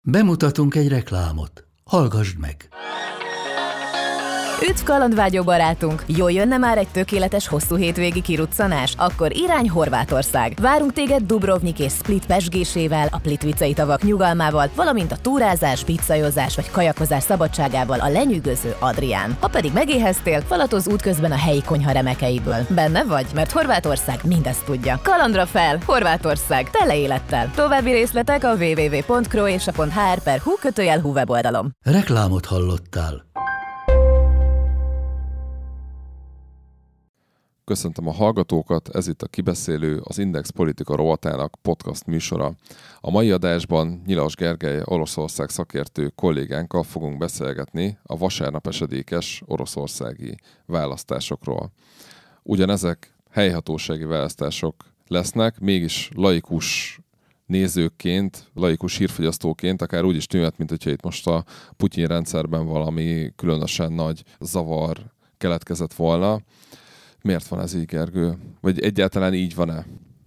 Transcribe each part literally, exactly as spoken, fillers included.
Bemutatunk egy reklámot. Hallgassd meg! Üdv kalandvágyó barátunk! Jól jönne már egy tökéletes hosszú hétvégi kiruccanás? Akkor irány Horvátország! Várunk téged Dubrovnik és Split pezsgésével, a Plitvicei tavak nyugalmával, valamint a túrázás, pizzajozás vagy kajakozás szabadságával a lenyűgöző Adrián. Ha pedig megéheztél, falatozz útközben a helyi konyha remekeiből. Benne vagy? Mert Horvátország mindezt tudja. Kalandra fel! Horvátország! Tele élettel! További részletek a double-u double-u double-u pont croatia.hr per hu kötőjel hu weboldalon. Reklámot hallottál. Köszöntöm a hallgatókat, ez itt a Kibeszélő, az Index politika rovatának podcast műsora. A mai adásban Nyilas Gergely Oroszország szakértő kollégánkkal fogunk beszélgetni a vasárnap esedékes oroszországi választásokról. Ugyanezek helyhatósági választások lesznek, mégis laikus nézőként, laikus hírfogyasztóként akár úgy is tűnhet, mint hogyha itt most a Putyin rendszerben valami különösen nagy zavar keletkezett volna. Miért van ez így, Gergő? Vagy egyáltalán így van-e?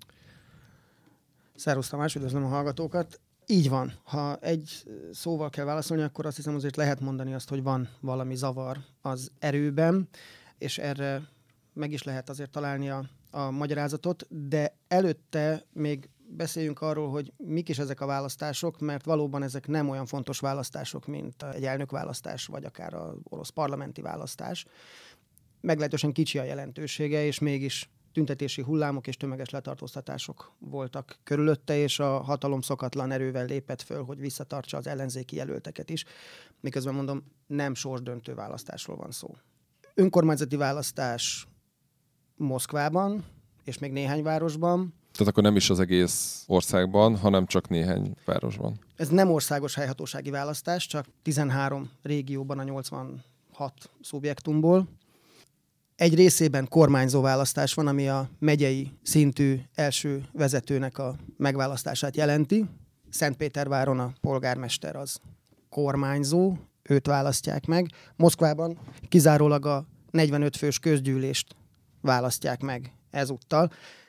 Szervusz Tamás, üdvözlöm a hallgatókat. Így van. Ha egy szóval kell válaszolni, akkor azt hiszem azért lehet mondani azt, hogy van valami zavar az erőben, és erre meg is lehet azért találni a, a magyarázatot, de előtte még beszéljünk arról, hogy mik is ezek a választások, mert valóban ezek nem olyan fontos választások, mint egy elnökválasztás, vagy akár az orosz parlamenti választás. Meglehetősen kicsi a jelentősége, és mégis tüntetési hullámok és tömeges letartóztatások voltak körülötte, és a hatalom szokatlan erővel lépett föl, hogy visszatartsa az ellenzéki jelölteket is. Miközben mondom, nem sorsdöntő választásról van szó. Önkormányzati választás Moszkvában, és még néhány városban. Tehát akkor nem is az egész országban, hanem csak néhány városban. Ez nem országos helyhatósági választás, csak tizenhárom régióban a nyolcvanhat szubjektumból. Egy részében kormányzó választás van, ami a megyei szintű első vezetőnek a megválasztását jelenti. Szentpéterváron a polgármester az kormányzó, őt választják meg. Moszkvában kizárólag a negyvenöt fős közgyűlést választják meg ezúttal.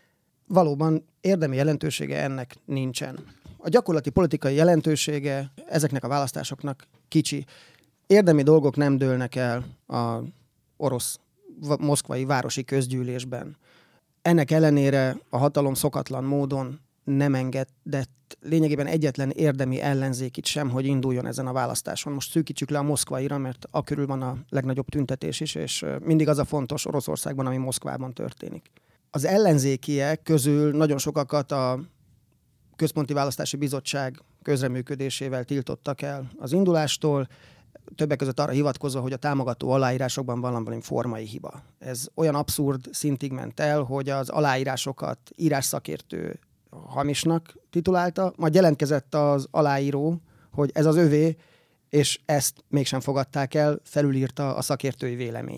Valóban érdemi jelentősége ennek nincsen. A gyakorlati politikai jelentősége ezeknek a választásoknak kicsi. Érdemi dolgok nem dőlnek el az orosz moszkvai városi közgyűlésben. Ennek ellenére a hatalom szokatlan módon nem engedett lényegében egyetlen érdemi ellenzékit sem, hogy induljon ezen a választáson. Most szűkítsük le a moszkvaira, mert akörül van a legnagyobb tüntetés is, és mindig az a fontos Oroszországban, ami Moszkvában történik. Az ellenzékiek közül nagyon sokakat a Központi Választási Bizottság közreműködésével tiltottak el az indulástól, többek között arra hivatkozva, hogy a támogató aláírásokban van valami formai hiba. Ez olyan abszurd szintig ment el, hogy az aláírásokat írásszakértő hamisnak titulálta, majd jelentkezett az aláíró, hogy ez az övé, és ezt mégsem fogadták el, felülírta a szakértői vélemény.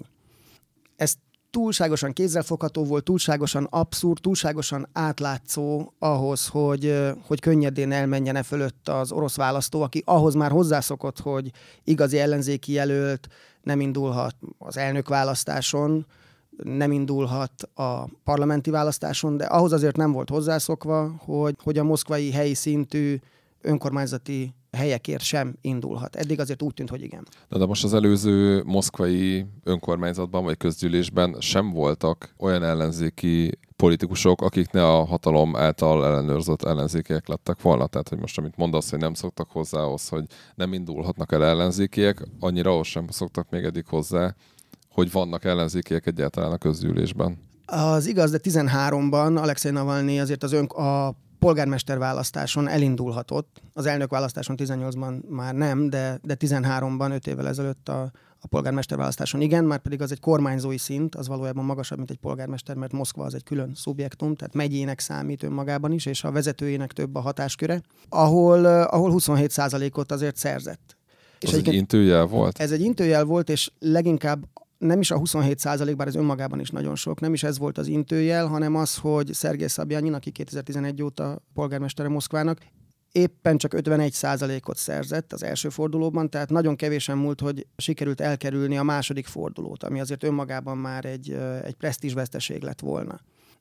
Ez túlságosan kézzelfogható volt, túlságosan abszurd, túlságosan átlátszó ahhoz, hogy, hogy könnyedén elmenjen e fölött az orosz választó, aki ahhoz már hozzászokott, hogy igazi ellenzéki jelölt nem indulhat az elnökválasztáson, nem indulhat a parlamenti választáson, de ahhoz azért nem volt hozzászokva, hogy, hogy a moszkvai helyi szintű önkormányzati helyekért sem indulhat. Eddig azért úgy tűnt, hogy igen. De, de most az előző moszkvai önkormányzatban vagy közgyűlésben sem voltak olyan ellenzéki politikusok, akik ne a hatalom által ellenőrzött ellenzékiek lettek volna. Tehát, hogy most amit mondasz, hogy nem szoktak hozzá ahhoz, hogy nem indulhatnak el ellenzékiek, annyira ahhoz sem szoktak még eddig hozzá, hogy vannak ellenzékiek egyáltalán a közgyűlésben. Az igaz, de tizenháromban Alexei Navalnyi azért az ön, a polgármester választáson elindulhatott. Az elnök választáson tizennyolcban már nem, de, de tizenháromban, öt évvel ezelőtt a, a polgármester választáson igen, már pedig az egy kormányzói szint, az valójában magasabb, mint egy polgármester, mert Moszkva az egy külön szubjektum, tehát megyének számít önmagában is, és a vezetőjének több a hatásköre, ahol, ahol huszonhét százalékot azért szerzett. És ez egy intőjel volt? Ez egy intőjel volt, és leginkább nem is a huszonhét százalék, bár ez önmagában is nagyon sok, nem is ez volt az intőjel, hanem az, hogy Szergej Szabjanyin, aki kétezer-tizenegy óta polgármestere Moszkvának, éppen csak ötvenegy százalékot szerzett az első fordulóban, tehát nagyon kevésen múlt, hogy sikerült elkerülni a második fordulót, ami azért önmagában már egy, egy presztízsveszteség lett volna.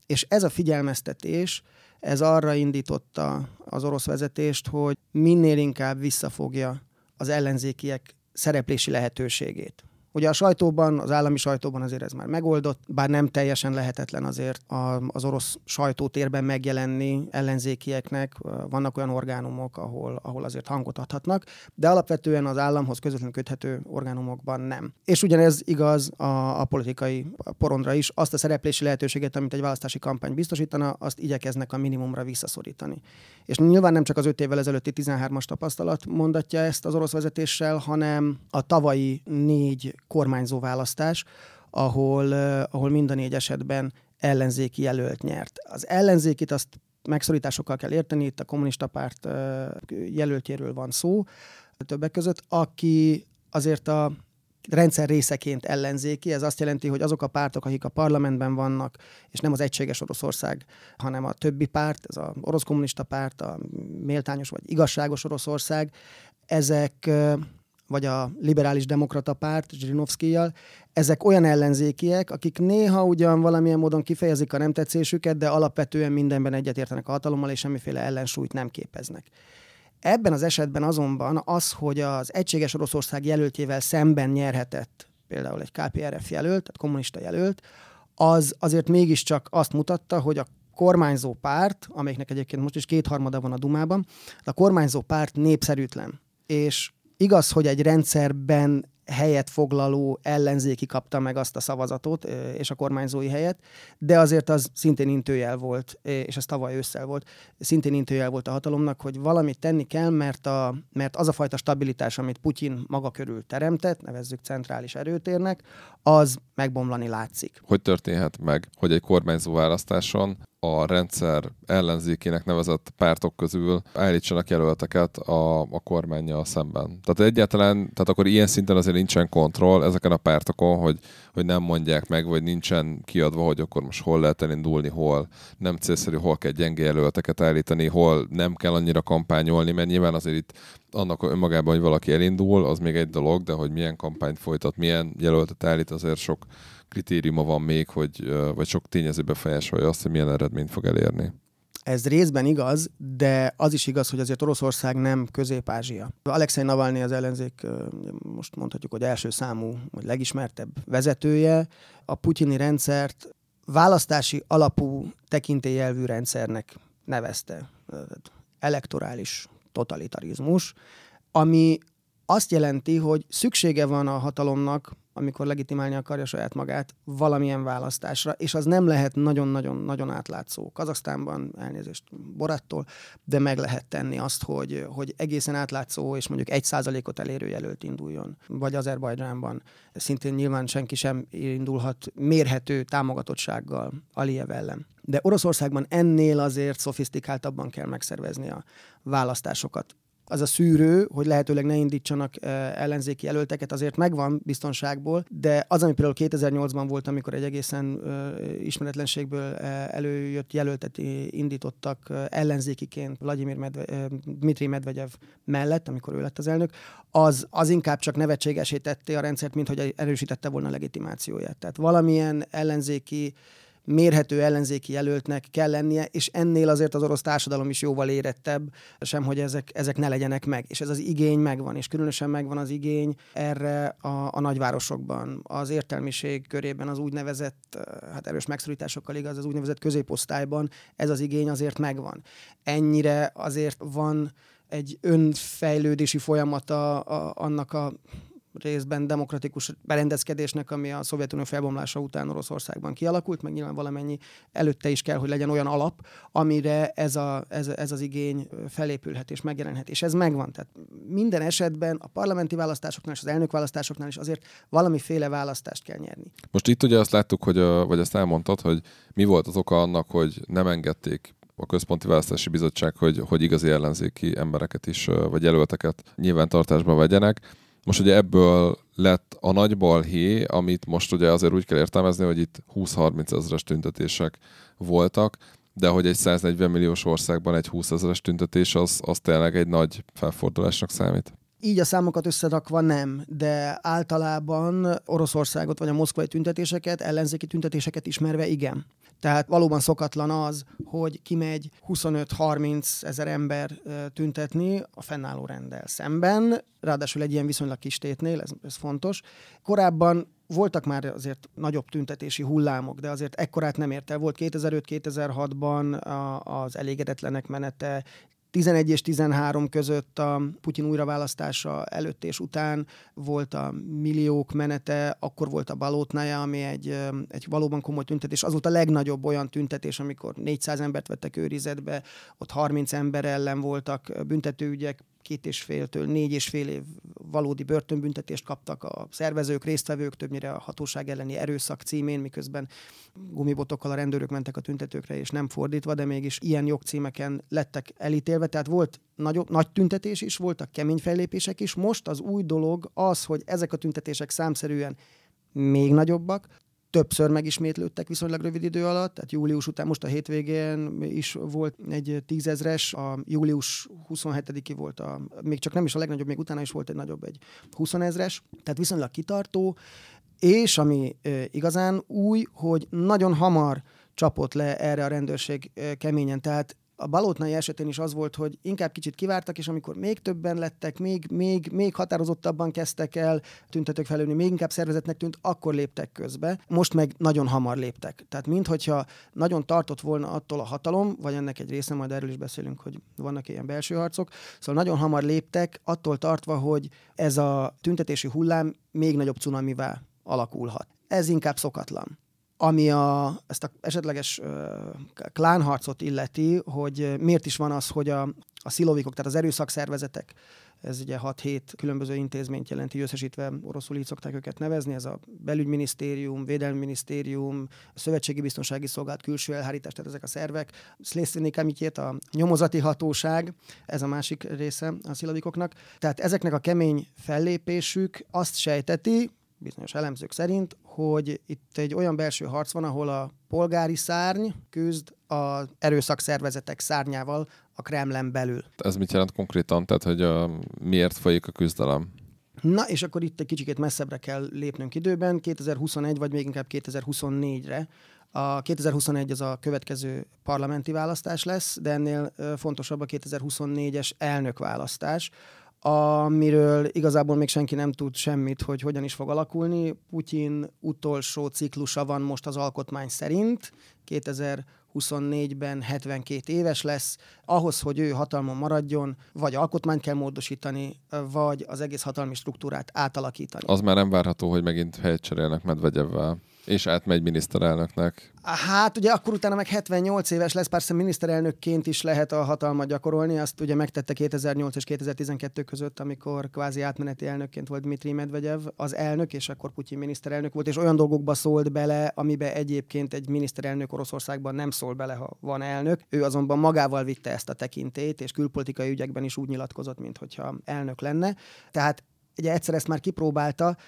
És ez a figyelmeztetés, ez arra indította az orosz vezetést, hogy minél inkább visszafogja az ellenzékiek szereplési lehetőségét. Ugye a sajtóban, az állami sajtóban azért ez már megoldott, bár nem teljesen lehetetlen azért az orosz sajtótérben megjelenni ellenzékieknek, vannak olyan orgánumok, ahol, ahol azért hangot adhatnak, de alapvetően az államhoz közvetlenül köthető orgánumokban nem. És ugyanez igaz a, a politikai porondra is, azt a szereplési lehetőséget, amit egy választási kampány biztosítana, azt igyekeznek a minimumra visszaszorítani. És nyilván nem csak az öt évvel ezelőtti tizenhármas tapasztalat mondatja ezt az orosz vezetéssel, hanem a tavalyi négy kormányzó választás, ahol, ahol mind a négy esetben ellenzéki jelölt nyert. Az ellenzékit azt megszorításokkal kell érteni, itt a kommunista párt jelöltjéről van szó, többek között, aki azért a rendszer részeként ellenzéki. Ez azt jelenti, hogy azok a pártok, akik a parlamentben vannak, és nem az egységes Oroszország, hanem a többi párt, ez az orosz kommunista párt, a méltányos vagy igazságos Oroszország, ezek, vagy a liberális demokrata párt, Zsirinovszkijjal, ezek olyan ellenzékiek, akik néha ugyan valamilyen módon kifejezik a nem tetszésüket, de alapvetően mindenben egyetértenek a hatalommal, és semmiféle ellensúlyt nem képeznek. Ebben az esetben azonban az, hogy az egységes Oroszország jelöltjével szemben nyerhetett például egy ká pé er ef jelölt, tehát kommunista jelölt, az azért mégiscsak azt mutatta, hogy a kormányzó párt, amelyiknek egyébként most is kétharmada van a Dumában, a kormányzó párt népszerűtlen. És igaz, hogy egy rendszerben helyet foglaló ellenzéki kapta meg azt a szavazatot, és a kormányzói helyet, de azért az szintén intőjel volt, és ez tavaly ősszel volt, szintén intőjel volt a hatalomnak, hogy valamit tenni kell, mert, a, mert az a fajta stabilitás, amit Putyin maga körül teremtett, nevezzük centrális erőtérnek, az megbomlani látszik. Hogy történhet meg, hogy egy kormányzó választáson a rendszer ellenzékének nevezett pártok közül állítsanak jelölteket a, a kormánnyal szemben. Tehát egyáltalán, tehát akkor ilyen szinten azért nincsen kontroll ezeken a pártokon, hogy, hogy nem mondják meg, vagy nincsen kiadva, hogy akkor most hol lehet elindulni, hol nem célszerű, hol kell gyenge jelölteket állítani, hol nem kell annyira kampányolni, mert nyilván azért itt annak önmagában, hogy valaki elindul, az még egy dolog, de hogy milyen kampányt folytat, milyen jelöltet állít, azért sok kritériuma van még, hogy, vagy sok tényező befolyásolja azt, hogy milyen eredményt fog elérni. Ez részben igaz, de az is igaz, hogy azért Oroszország nem Közép-Ázsia. Alexej Navalnyi az ellenzék, most mondhatjuk, hogy első számú, vagy legismertebb vezetője. A putyini rendszert választási alapú tekintélyelvű rendszernek nevezte. Elektorális totalitarizmus, ami azt jelenti, hogy szüksége van a hatalomnak, amikor legitimálni akarja saját magát valamilyen választásra, és az nem lehet nagyon-nagyon-nagyon átlátszó. Kazaksztánban, elnézést Borattól, de meg lehet tenni azt, hogy, hogy egészen átlátszó, és mondjuk egy százalékot elérő jelölt induljon. Vagy Azerbajdzsánban szintén nyilván senki sem indulhat mérhető támogatottsággal Aliyev ellen. De Oroszországban ennél azért szofisztikáltabban kell megszervezni a választásokat. Az a szűrő, hogy lehetőleg ne indítsanak ellenzéki jelölteket, azért megvan biztonságból, de az, ami például kétezer-nyolcban volt, amikor egy egészen uh, ismeretlenségből uh, előjött jelöltet indítottak uh, ellenzékiként Vladimir Medve- uh, Dmitri Medvegyev mellett, amikor ő lett az elnök, az, az inkább csak nevetségesé tette a rendszert, mint hogy erősítette volna a legitimációját. Tehát valamilyen ellenzéki mérhető ellenzéki jelöltnek kell lennie, és ennél azért az orosz társadalom is jóval érettebb, sem hogy ezek, ezek ne legyenek meg. És ez az igény megvan, és különösen megvan az igény erre a, a nagyvárosokban, az értelmiség körében, az úgynevezett, hát erős megszorításokkal igaz, az úgynevezett középosztályban ez az igény azért megvan. Ennyire azért van egy önfejlődési folyamata a, annak a részben demokratikus berendezkedésnek, ami a Szovjetunió felbomlása után Oroszországban kialakult, meg nyilván valamennyi előtte is kell, hogy legyen olyan alap, amire ez, a, ez, ez az igény felépülhet és megjelenhet. És ez megvan. Tehát minden esetben a parlamenti választásoknál és az elnökválasztásoknál is azért valamiféle választást kell nyerni. Most itt ugye azt láttuk, hogy a, vagy ezt elmondtad, hogy mi volt az oka annak, hogy nem engedték a Központi Választási Bizottság, hogy, hogy igazi ellenzéki embereket is, vagy jelölteket nyilvántartásba vegyenek. Most ugye ebből lett a nagy balhé, amit most ugye azért úgy kell értelmezni, hogy itt húsz-harminc ezres tüntetések voltak, de hogy egy száznegyven milliós országban egy húsz ezres tüntetés, az, az tényleg egy nagy felfordulásnak számít. így a számokat összerakva nem, de általában Oroszországot vagy a moszkvai tüntetéseket, ellenzéki tüntetéseket ismerve igen. Tehát valóban szokatlan az, hogy kimegy huszonöt-harminc ezer ember tüntetni a fennálló renddel szemben, ráadásul egy ilyen viszonylag kis tétnél, ez, ez fontos. Korábban voltak már azért nagyobb tüntetési hullámok, de azért ekkorát nem ért el. Volt kétezer-öt-kétezer-hatban az elégedetlenek menete, tizenegy és tizenhárom között a Putyin újraválasztása előtt és után volt a milliók menete, akkor volt a Balotnaja, ami egy, egy valóban komoly tüntetés. Az volt a legnagyobb olyan tüntetés, amikor négyszáz embert vettek őrizetbe, ott harminc ember ellen voltak büntetőügyek, két és féltől négy és fél év valódi börtönbüntetést kaptak a szervezők, résztvevők, többnyire a hatóság elleni erőszak címén, miközben gumibotokkal a rendőrök mentek a tüntetőkre, és nem fordítva, de mégis ilyen jogcímeken lettek elítélve. Tehát volt nagyobb, nagy tüntetés is, voltak kemény fellépések is. Most az új dolog az, hogy ezek a tüntetések számszerűen még nagyobbak, többször megismétlődtek viszonylag rövid idő alatt, tehát július után, most a hétvégén is volt egy tízezres, a július huszonhetediki volt, a, még csak nem is a legnagyobb, még utána is volt egy nagyobb, egy huszonezres, tehát viszonylag kitartó, és ami e, igazán új, hogy nagyon hamar csapott le erre a rendőrség e, keményen, tehát a Balotnai esetén is az volt, hogy inkább kicsit kivártak, és amikor még többen lettek, még, még, még határozottabban kezdtek el tüntetők felülni, még inkább szervezetnek tűnt, akkor léptek közbe. Most meg nagyon hamar léptek. Tehát minthogyha nagyon tartott volna attól a hatalom, vagy ennek egy része, majd erről is beszélünk, hogy vannak ilyen belső harcok, szóval nagyon hamar léptek, attól tartva, hogy ez a tüntetési hullám még nagyobb cunamivá alakulhat. Ez inkább szokatlan. Ami a, ezt a esetleges uh, klánharcot illeti, hogy miért is van az, hogy a, a szilovikok, tehát az erőszakszervezetek, ez ugye hat-hét különböző intézményt jelenti, összesítve oroszul így szokták őket nevezni, ez a belügyminisztérium, védelmi minisztérium, a szövetségi biztonsági szolgálat, külső elhárítás, tehát ezek a szervek, Szlészini Komityét, a nyomozati hatóság, ez a másik része a szilovikoknak. Tehát ezeknek a kemény fellépésük azt sejteti, bizonyos elemzők szerint, hogy itt egy olyan belső harc van, ahol a polgári szárny küzd az erőszakszervezetek szárnyával a Kremlen belül. Ez mit jelent konkrétan? Tehát, hogy a, miért folyik a küzdelem? Na, és akkor itt egy kicsikét messzebbre kell lépnünk időben, kétezer-huszonegy, vagy még inkább kétezer-huszonnégyre. A kétezer-huszonegy az a következő parlamenti választás lesz, de ennél fontosabb a kétezer-huszonnégyes elnökválasztás, amiről igazából még senki nem tud semmit, hogy hogyan is fog alakulni. Putyin utolsó ciklusa van most az alkotmány szerint, kétezer-huszonnégyben hetvenkét éves lesz. Ahhoz, hogy ő hatalmon maradjon, vagy alkotmányt kell módosítani, vagy az egész hatalmi struktúrát átalakítani. Az már nem várható, hogy megint helyet cserélnek Medvegyevvel, és átmegy miniszterelnöknek. Hát ugye akkor utána meg hetvennyolc éves lesz, persze miniszterelnökként is lehet a hatalmat gyakorolni, azt ugye megtette kétezer-nyolc és kétezer-tizenkettő között, amikor kvázi átmeneti elnökként volt Dmitrij Medvegyev az elnök, és akkor Putyin miniszterelnök volt, és olyan dolgokba szólt bele, amiben egyébként egy miniszterelnök Oroszországban nem szól bele, ha van elnök. Ő azonban magával vitte ezt a tekintélyt, és külpolitikai ügyekben is úgy nyilatkozott, minthogyha elnök lenne. Tehát ugye egyszer ezt már kipróbálta,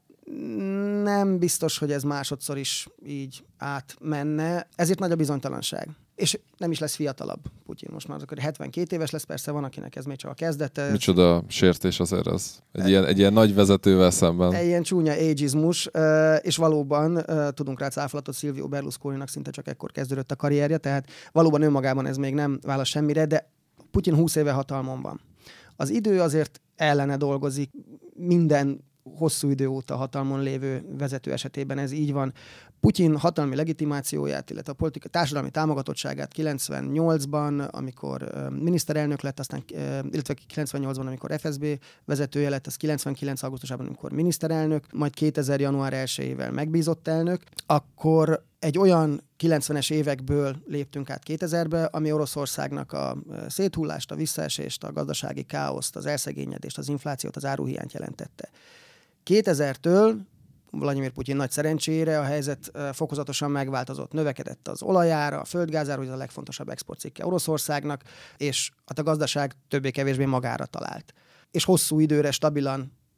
nem biztos, hogy ez másodszor is így átmenne, ezért nagy a bizonytalanság. És nem is lesz fiatalabb Putyin. Most már akkor hetvenkét éves lesz, persze van, akinek ez még csak a kezdete. Micsoda sértés azért ez. Egy, ilyen, egy ilyen nagy vezetővel szemben. Egy ilyen csúnya ageizmus, és valóban tudunk rá cáfolatot, Silvio Berlusconinak szinte csak ekkor kezdődött a karrierje, tehát valóban önmagában ez még nem válasz semmire, de Putyin húsz éve hatalmon van. Az idő azért ellene dolgozik, minden hosszú idő óta hatalmon lévő vezető esetében ez így van. Putyin hatalmi legitimációját, illetve a politika társadalmi támogatottságát kilencvennyolcban, amikor uh, miniszterelnök lett, aztán, uh, illetve kilencvennyolcban, amikor ef es bé vezetője lett, az kilencvenkilenc augusztusában, amikor miniszterelnök, majd kétezer január elsejével megbízott elnök, akkor egy olyan kilencvenes évekből léptünk át kétezerbe, ami Oroszországnak a széthullást, a visszaesést, a gazdasági káoszt, az elszegényedést, az inflációt, az áruhiányt jelentette. kétezertől Vladimir Putyin nagy szerencsére a helyzet fokozatosan megváltozott. Növekedett az olajára, a földgázára, hogy ez a legfontosabb exportcikke Oroszországnak, és hát a gazdaság többé-kevésbé magára talált. És hosszú időre stabilan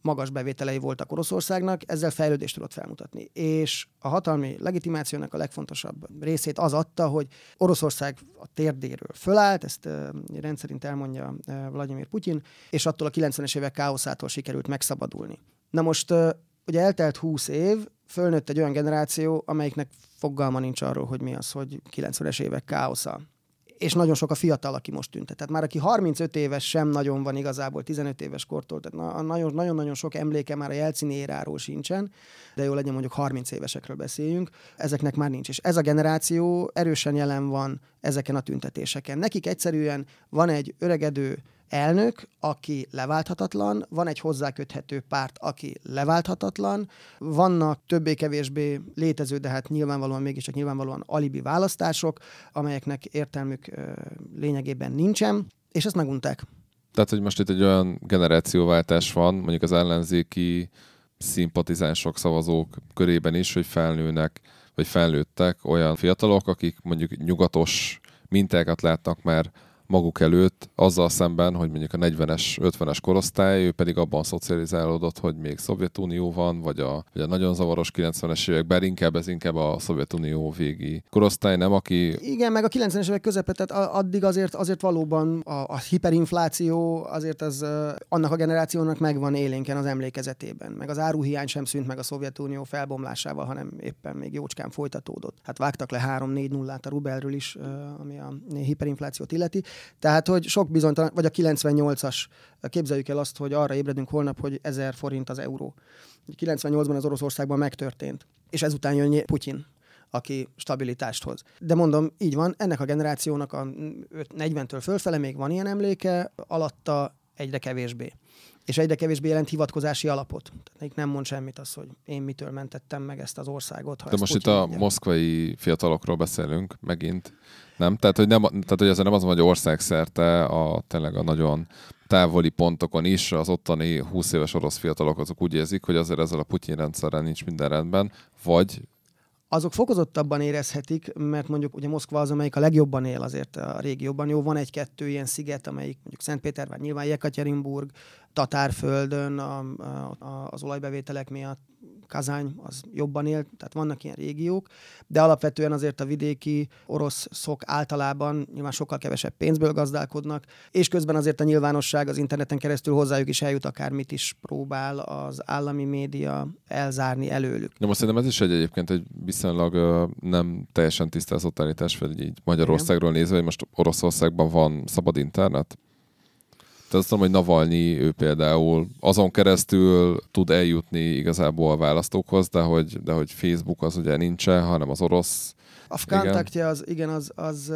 magas bevételei voltak Oroszországnak, ezzel fejlődést tudott felmutatni. És a hatalmi legitimációnak a legfontosabb részét az adta, hogy Oroszország a térdéről fölállt, ezt uh, rendszerint elmondja uh, Vladimir Putyin, és attól a kilencvenes évek káoszától sikerült megszabadulni. Na most uh, ugye eltelt húsz év, fölnőtt egy olyan generáció, amelyiknek fogalma nincs arról, hogy mi az, hogy kilencvenes évek káosza. És nagyon sok a fiatal, aki most tüntet. Tehát már aki harmincöt éves sem nagyon van igazából, tizenöt éves kortól, tehát nagyon-nagyon sok emléke már a jelcini éráról sincsen, de jó legyen mondjuk harminc évesekről beszéljünk, ezeknek már nincs. És ez a generáció erősen jelen van ezeken a tüntetéseken. Nekik egyszerűen van egy öregedő elnök, aki leválthatatlan, van egy hozzáköthető párt, aki leválthatatlan, vannak többé-kevésbé létező, de hát nyilvánvalóan mégiscsak nyilvánvalóan alibi választások, amelyeknek értelmük ö, lényegében nincsen, és ezt megunták. Tehát, hogy most itt egy olyan generációváltás van, mondjuk az ellenzéki szimpatizánsok, szavazók körében is, hogy felnőnek, vagy felnőttek olyan fiatalok, akik mondjuk nyugatos mintákat látnak már maguk előtt, azzal szemben, hogy mondjuk a negyvenes, ötvenes korosztály, ő pedig abban szocializálódott, hogy még Szovjetunió van, vagy a, vagy a nagyon zavaros kilencvenes évek, bár inkább ez inkább a Szovjetunió végi korosztály, nem aki... Igen, meg a kilencvenes évek közepe, tehát addig azért, azért valóban a, a hiperinfláció, azért az uh, annak a generációnak megvan élénken az emlékezetében, meg az áruhiány sem szűnt meg a Szovjetunió felbomlásával, hanem éppen még jócskán folytatódott. Hát vágtak le három-négy nullát a rubelről is, uh, ami a hiperinflációt illeti. Tehát, hogy sok bizonytalan, vagy a kilencvennyolcas, képzeljük el azt, hogy arra ébredünk holnap, hogy ezer forint az euró. kilencvennyolcban az Oroszországban megtörtént, és ezután jön Putyin, aki stabilitást hoz. De mondom, így van, ennek a generációnak a negyventől fölfele még van ilyen emléke, alatta egyre kevésbé. És egyre kevésbé jelent hivatkozási alapot. Tehát nem mond semmit az, hogy én mitől mentettem meg ezt az országot. Ha de most Putyin itt a mondja. Moszkvai fiatalokról beszélünk megint, nem? Tehát, hogy, nem, tehát, hogy ezzel nem az van, hogy országszerte a, tényleg a nagyon távoli pontokon is az ottani húsz éves orosz fiatalok azok úgy érzik, hogy azért ezzel a Putyin rendszerrel nincs minden rendben, vagy azok fokozottabban érezhetik, mert mondjuk ugye Moszkva az, amelyik a legjobban él azért a régióban. Jó, van egy-kettő ilyen sziget, amelyik mondjuk Szentpétervár, nyilván Jekaterinburg, Tatárföldön a, a, az olajbevételek miatt, Kazány az jobban él, tehát vannak ilyen régiók, de alapvetően azért a vidéki oroszok általában nyilván sokkal kevesebb pénzből gazdálkodnak, és közben azért a nyilvánosság az interneten keresztül hozzájuk is eljut, akármit is próbál az állami média elzárni előlük. De most szerintem ez is egy egyébként egy viszonylag uh, nem teljesen tisztázott állítás, vagy így Magyarországról igen. nézve, hogy most Oroszországban van szabad internet? Tehát azt mondom, hogy Navalnyi, ő például azon keresztül tud eljutni igazából a választókhoz, de hogy, de hogy Facebook az ugye nincsen, hanem az orosz. A kontaktja az, igen, az, az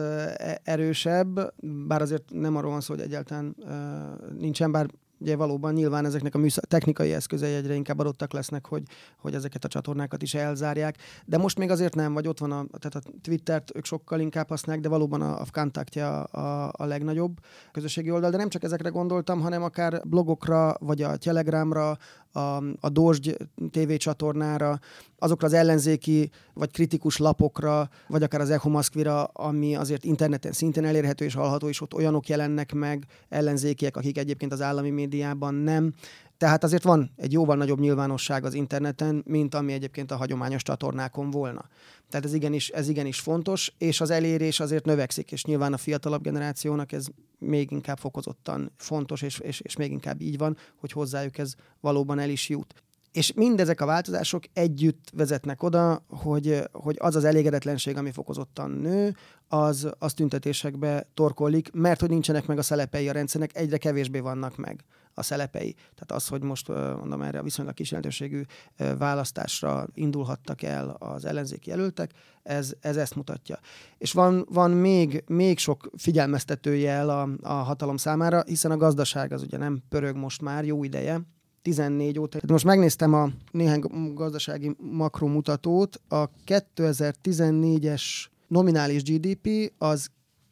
erősebb, bár azért nem arról van szó, hogy egyáltalán uh, nincsen, bár ugye valóban nyilván ezeknek a műszak, technikai eszközei egyre inkább adottak lesznek, hogy, hogy ezeket a csatornákat is elzárják. De most még azért nem, vagy ott van a, tehát a Twittert ők sokkal inkább használják, de valóban a, a kontaktja a, a legnagyobb közösségi oldal. De nem csak ezekre gondoltam, hanem akár blogokra, vagy a Telegramra, a, a Dozsgy té vé csatornára, azokra az ellenzéki vagy kritikus lapokra, vagy akár az Echo Moszkvira, ami azért interneten szintén elérhető és hallható, és ott olyanok jelennek meg ellenzékiek, akik egyébként az állami médiában nem. Tehát azért van egy jóval nagyobb nyilvánosság az interneten, mint ami egyébként a hagyományos csatornákon volna. Tehát ez igenis, ez igenis fontos, és az elérés azért növekszik, és nyilván a fiatalabb generációnak ez még inkább fokozottan fontos, és, és, és még inkább így van, hogy hozzájuk ez valóban el is jut. És mindezek a változások együtt vezetnek oda, hogy, hogy az az elégedetlenség, ami fokozottan nő, az, az tüntetésekbe torkollik, mert hogy nincsenek meg a szelepei a rendszernek, egyre kevésbé vannak meg a szelepei. Tehát az, hogy most mondom erre a viszonylag kis jelentőségű választásra indulhattak el az ellenzéki jelöltek, ez, ez ezt mutatja. És van, van még, még sok figyelmeztető jel a, a hatalom számára, hiszen a gazdaság az ugye nem pörög most már jó ideje, tizennégy óta. Most megnéztem a néhány gazdasági makromutatót. A kétezer-tizennégyes nominális gé dé pé az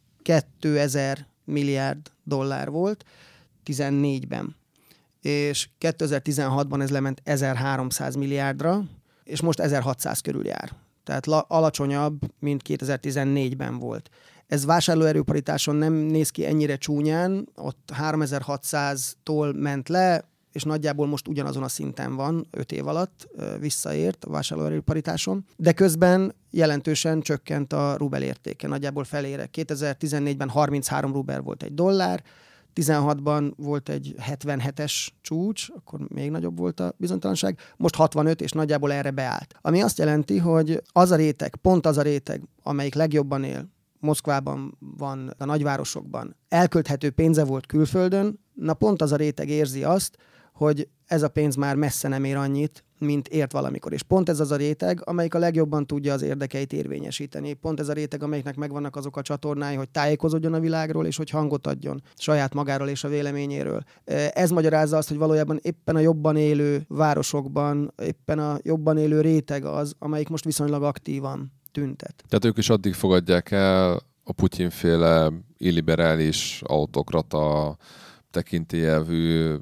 kétezer milliárd dollár volt tizennégyben. És kétezer-tizenhatban ez lement ezerháromszáz milliárdra, és most ezerhatszáz körül jár. Tehát la- alacsonyabb, mint kétezer-tizennégyben volt. Ez vásárlóerőparitáson nem néz ki ennyire csúnyán, ott háromezer-hatszáztól ment le, és nagyjából most ugyanazon a szinten van, öt év alatt visszaért a vásárlóerő paritáson, de közben jelentősen csökkent a rubel értéke, nagyjából felére. kétezer-tizennégyben harminchárom rubel volt egy dollár, tizenhatban volt egy hetvenhetes csúcs, akkor még nagyobb volt a bizonytalanság, most hatvanöt, és nagyjából erre beállt. Ami azt jelenti, hogy az a réteg, pont az a réteg, amelyik legjobban él, Moszkvában van, a nagyvárosokban, elkölthető pénze volt külföldön, na pont az a réteg érzi azt, hogy ez a pénz már messze nem ér annyit, mint ért valamikor. És pont ez az a réteg, amelyik a legjobban tudja az érdekeit érvényesíteni. Pont ez a réteg, amelyiknek megvannak azok a csatornái, hogy tájékozódjon a világról, és hogy hangot adjon saját magáról és a véleményéről. Ez magyarázza azt, hogy valójában éppen a jobban élő városokban, éppen a jobban élő réteg az, amelyik most viszonylag aktívan tüntet. Tehát ők is addig fogadják el a Putyin-féle illiberális, autokrata, tekintélyelvű,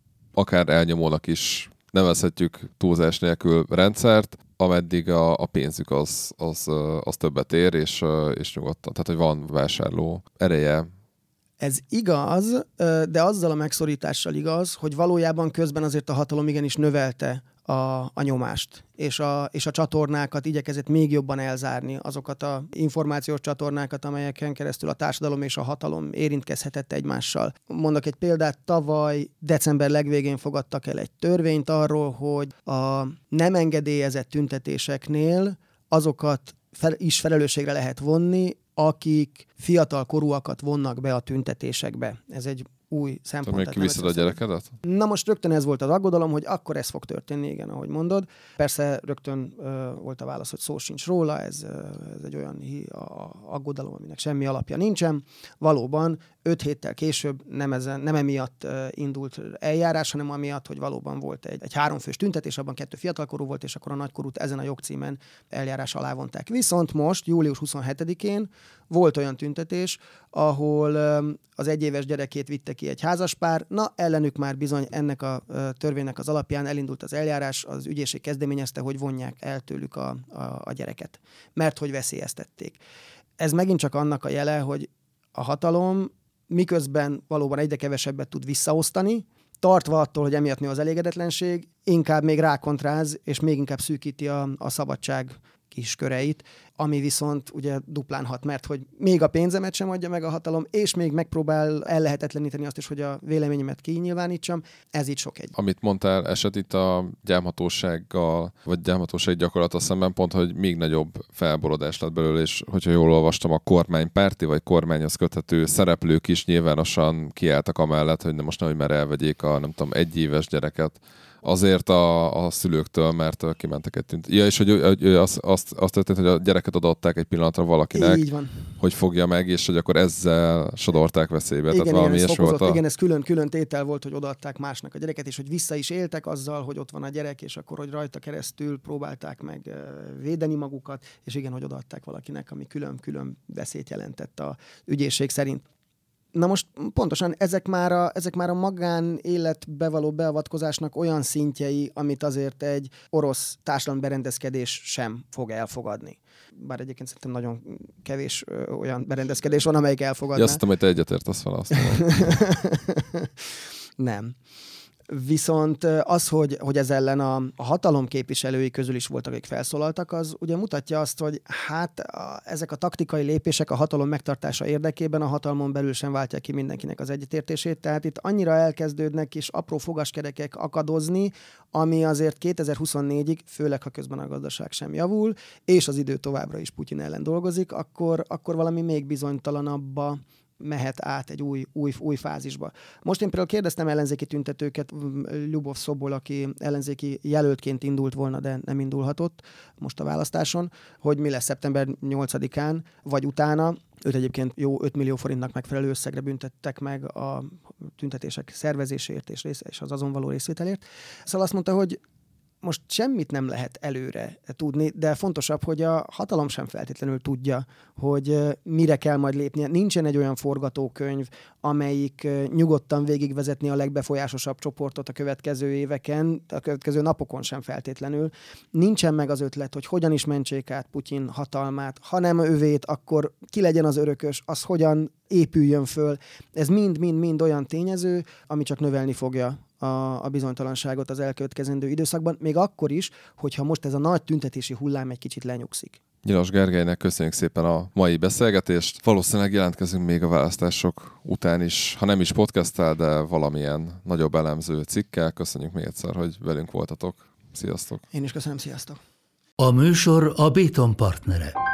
akár elnyomónak is nevezhetjük túlzás nélkül rendszert, ameddig a, a pénzük az, az, az többet ér, és, és nyugodtan. Tehát, hogy van vásárló ereje. Ez igaz, de azzal a megszorítással igaz, hogy valójában közben azért a hatalom igenis növelte a, a nyomást, és a, és a csatornákat igyekezett még jobban elzárni, azokat az információs csatornákat, amelyeken keresztül a társadalom és a hatalom érintkezhetett egymással. Mondok egy példát, tavaly december legvégén fogadtak el egy törvényt arról, hogy a nem engedélyezett tüntetéseknél azokat fel, is felelősségre lehet vonni, akik fiatal korúakat vonnak be a tüntetésekbe. Ez egy új szempont. Tehát még kiviszed a gyerekedet? Na most rögtön ez volt az aggodalom, hogy akkor ez fog történni, igen, ahogy mondod. Persze rögtön ö, volt a válasz, hogy szó sincs róla, ez, ö, ez egy olyan hi- a, aggodalom, aminek semmi alapja nincsen. Valóban öt héttel később nem, ezen, nem emiatt ö, indult eljárás, hanem amiatt, hogy valóban volt egy, egy háromfős tüntetés, abban kettő fiatalkorú volt, és akkor a nagykorút ezen a jogcímen eljárás alá vonták. Viszont most, július huszonhetedikén volt olyan tüntetés, ahol ö, az egyéves gyerekét vitte ki egy házaspár, na ellenük már bizony ennek a ö, törvénynek az alapján elindult az eljárás, az ügyészség kezdeményezte, hogy vonják el tőlük a, a, a gyereket, mert hogy veszélyeztették. Ez megint csak annak a jele, hogy a hatalom miközben valóban egyre kevesebbet tud visszaosztani, tartva attól, hogy emiatt nő az elégedetlenség, inkább még rákontráz, és még inkább szűkíti a, a szabadság kis köreit, ami viszont ugye duplán hat, mert hogy még a pénzemet sem adja meg a hatalom, és még megpróbál ellehetetleníteni azt is, hogy a véleményemet kinyilvánítsam, ez így sok egy. Amit mondtál, eset itt a gyámhatósággal, vagy gyámhatóság gyakorlata szemben pont, hogy még nagyobb felborodás lett belőle, és hogyha jól olvastam, a kormánypárti, vagy kormányhoz köthető szereplők is nyilvánosan kiálltak amellett, hogy ne most nehogy már elvegyék a, nem tudom, egyéves gyereket azért a, a szülőktől, mert kimentek egy tünt. Ja, és hogy, hogy azt, azt, azt történt, hogy a gyereket odaadták egy pillanatra valakinek, így van, hogy fogja meg, és hogy akkor ezzel sodorták veszélybe. Igen, Tehát valami igen, ez fokozott, volt a... igen, ez külön-külön tétel volt, hogy odaadták másnak a gyereket, és hogy vissza is éltek azzal, hogy ott van a gyerek, és akkor, hogy rajta keresztül próbálták meg védeni magukat, és igen, hogy odaadták valakinek, ami külön-külön veszélyt jelentett a ügyészség szerint. Na most pontosan ezek már a, ezek már a magánéletbe való beavatkozásnak olyan szintjei, amit azért egy orosz társadalomberendezkedés sem fog elfogadni. Bár egyébként szerintem nagyon kevés ö, olyan berendezkedés van, amelyik elfogadná. Ja, azt hiszem, hogy te egyetértesz vele, azt Nem. Viszont az, hogy, hogy ez ellen a, a hatalom képviselői közül is voltak, akik felszólaltak, az ugye mutatja azt, hogy hát a, ezek a taktikai lépések a hatalom megtartása érdekében a hatalmon belül sem váltják ki mindenkinek az egyetértését, tehát itt annyira elkezdődnek és apró fogaskerekek akadozni, ami azért kétezer-huszonnégyig, főleg ha közben a gazdaság sem javul, és az idő továbbra is Putyin ellen dolgozik, akkor, akkor valami még bizonytalanabbba mehet át egy új, új, új fázisba. Most én például kérdeztem ellenzéki tüntetőket, Lyubov Szobol, aki ellenzéki jelöltként indult volna, de nem indulhatott most a választáson, hogy mi lesz szeptember nyolcadikán, vagy utána. Őt egyébként jó öt millió forintnak megfelelő összegre büntettek meg a tüntetések szervezéséért és, rész, és az azon való részvételért. Szóval azt mondta, hogy most semmit nem lehet előre tudni, de fontosabb, hogy a hatalom sem feltétlenül tudja, hogy mire kell majd lépnie. Nincsen egy olyan forgatókönyv, amelyik nyugodtan végigvezetni a legbefolyásosabb csoportot a következő éveken, a következő napokon sem feltétlenül. Nincsen meg az ötlet, hogy hogyan is mentsék át Putyin hatalmát, ha nem övét, akkor ki legyen az örökös, az hogyan épüljön föl. Ez mind-mind-mind olyan tényező, ami csak növelni fogja a, a bizonytalanságot az elkövetkezendő időszakban, még akkor is, hogyha most ez a nagy tüntetési hullám egy kicsit lenyugszik. Nyilas Gergelynek köszönjük szépen a mai beszélgetést. Valószínűleg jelentkezünk még a választások után is, ha nem is podcasttel, de valamilyen nagyobb elemző cikkel. Köszönjük még egyszer, hogy velünk voltatok. Sziasztok! Én is köszönöm, sziasztok! A műsor a Béton partnere.